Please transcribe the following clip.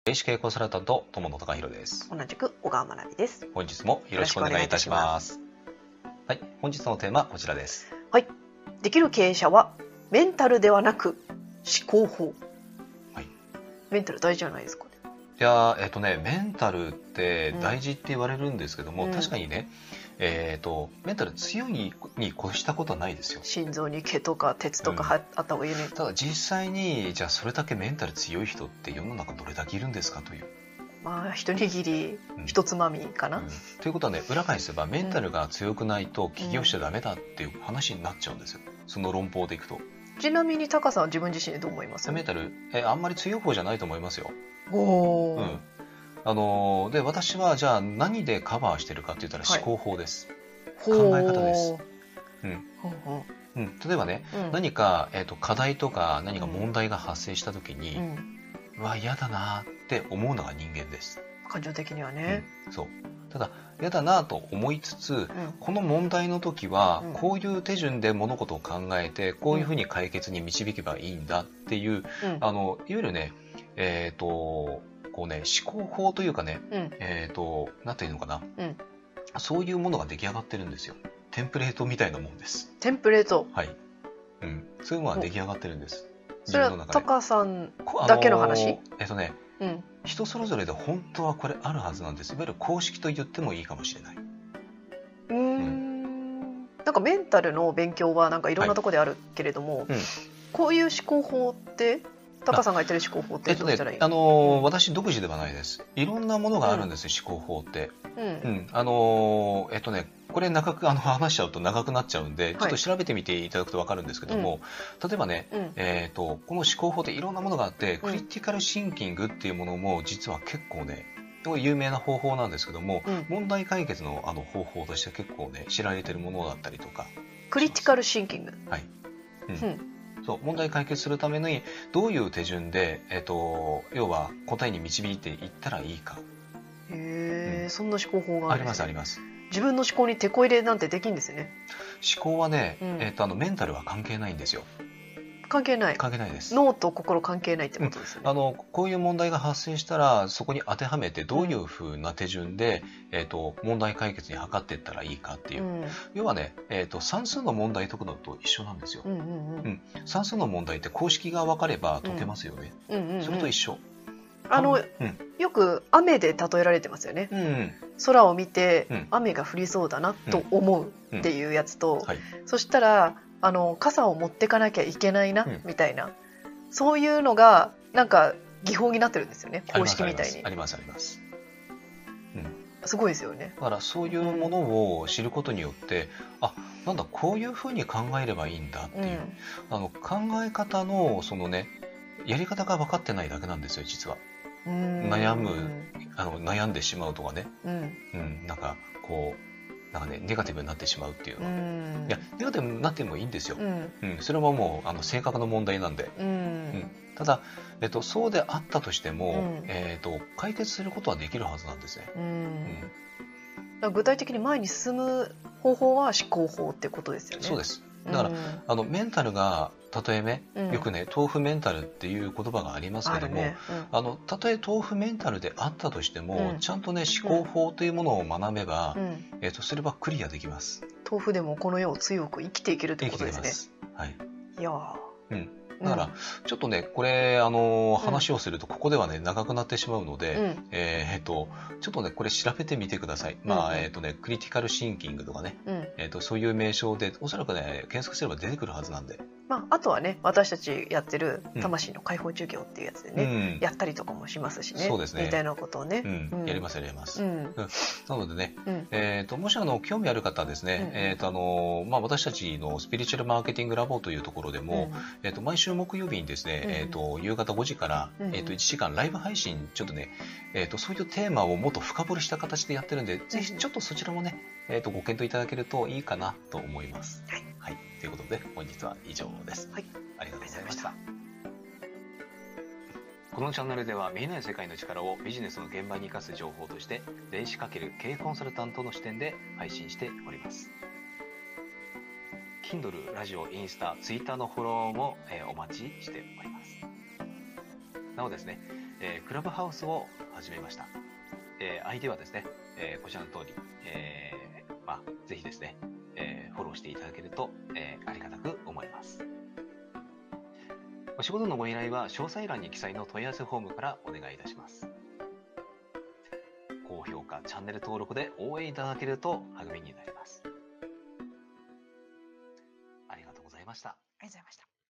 電子系コンサルタント友野隆弘です。 同じく小川学です。 本日もよろしくお願いいたします。はい、本日のテーマはこちらです。 はい、できる経営者はメンタルではなく思考法。はい、メンタル大事じゃないですかね。 いやメンタルって大事って言われるんですけども、確かにね、メンタル強いに越したことはないですよ。 心臓に毛とか鉄とかあった方がいいね。 ただ実際にじゃあそれだけメンタル強い人って世の中どれだけいるんですかという。 まあ一握り、一つまみかな、 ということはね、裏返せばメンタルが強くないと起業しちゃダメだっていう話になっちゃうんですよ。その論法でいくと。 ちなみにタカさんは自分自身でどう思います？ メンタルあんまり強い方じゃないと思いますよ。 おー、で私はじゃあ何でカバーしてるかって言ったら思考法です、考え方です。例えばね、何か、課題とか何か問題が発生した時に、うわ嫌だなって思うのが人間です。 感情的にはね、 そう。ただ嫌だなと思いつつ、この問題の時はこういう手順で物事を考えてこういうふうに解決に導けばいいんだっていう、いわゆるねこうね思考法というかね、なんていうのかな、そういうものが出来上がってるんですよ。テンプレートみたいなもんです。 テンプレート、 はい、そういうものが出来上がってるんです。 それはタカさんだけの話？ 人それぞれで本当はこれあるはずなんです。いわゆる公式と言ってもいいかもしれない。 なんかメンタルの勉強はなんかいろんなところであるけれども、こういう思考法ってタカさんが言ってる思考法ってどうしたらいい？ 私独自ではないです。いろんなものがあるんですよ、思考法って。これ長く話しちゃうと長くなっちゃうんで、ちょっと調べてみていただくと分かるんですけども、例えばね、この思考法っていろんなものがあって、クリティカルシンキングっていうものも実は結構ね有名な方法なんですけども、問題解決の方法として結構ね知られてるものだったりとか。 クリティカルシンキング、はい、 そう、問題解決するためにどういう手順で、要は答えに導いていったらいいか。 そんな思考法がありますあります。 自分の思考にテこ入れなんてできるんですね。 思考はね、メンタルは関係ないんですよ。 関係ない。 関係ないです。 脳と心関係ないってことですよね。 こういう問題が発生したらそこに当てはめてどういうふうな手順で、問題解決に図っていったらいいかっていう、要はね、算数の問題解くのと一緒なんですよ。算数の問題って公式が分かれば解けますよね。それと一緒。 よく雨で例えられてますよね。空を見て、雨が降りそうだなと思うっていうやつと、そしたら傘を持ってかなきゃいけないな、みたいな、そういうのがなんか技法になってるんですよね、公式みたいに。 ありますあります。 すごいですよね。 だからそういうものを知ることによって、なんだこういうふうに考えればいいんだっていう、考え方のそのねやり方が分かってないだけなんですよ実は。悩んでしまうとかね、なんかこうなんかねネガティブになってしまうっていうのは、いやネガティブになってもいいんですよ。それはもう性格の問題なんで。ただ、そうであったとしても、解決することはできるはずなんですね。 具体的に前に進む方法は思考法ってことですよね。 そうです。だからメンタルがたとえね、よくね豆腐メンタルっていう言葉がありますけども、たとえ豆腐メンタルであったとしても、ちゃんとね思考法というものを学べば、それはクリアできます。 豆腐でもこの世を強く生きていけるってことですね。 生きています。はい。 いやだからちょっとねこれ話をするとここではね長くなってしまうので、ちょっとねこれ調べてみてください。クリティカルシンキングとかね、そういう名称でおそらくね検索すれば出てくるはずなんで。 あとはね私たちやってる魂の解放授業っていうやつでね、やったりとかもしますしね。 そうですね。 みたいなことをね、 やりますやります。なのでね、もし興味ある方はですね、私たちのスピリチュアルマーケティングラボというところでも、毎週木曜日にですね、夕方5時から、1時間ライブ配信ちょっとね、そういうテーマをもっと深掘りした形でやってるんで、ぜひちょっとそちらもね、ご検討いただけるといいかなと思います。はい、ということで本日は以上です。ありがとうございました。このチャンネルでは見えない世界の力をビジネスの現場に生かす情報として電子×経営コンサルタントの視点で配信しております。Kindle、ラジオ、インスタ、ツイッターのフォローも、お待ちしております。なおですね、 クラブハウスを始めました。相手はですね、こちらの通り、ぜひですね、フォローしていただけると、ありがたく思います。お仕事のご依頼は詳細欄に記載の問い合わせフォームからお願いいたします。高評価、チャンネル登録で応援いただけると励みになります。ありがとうございました。 ありがとうございました。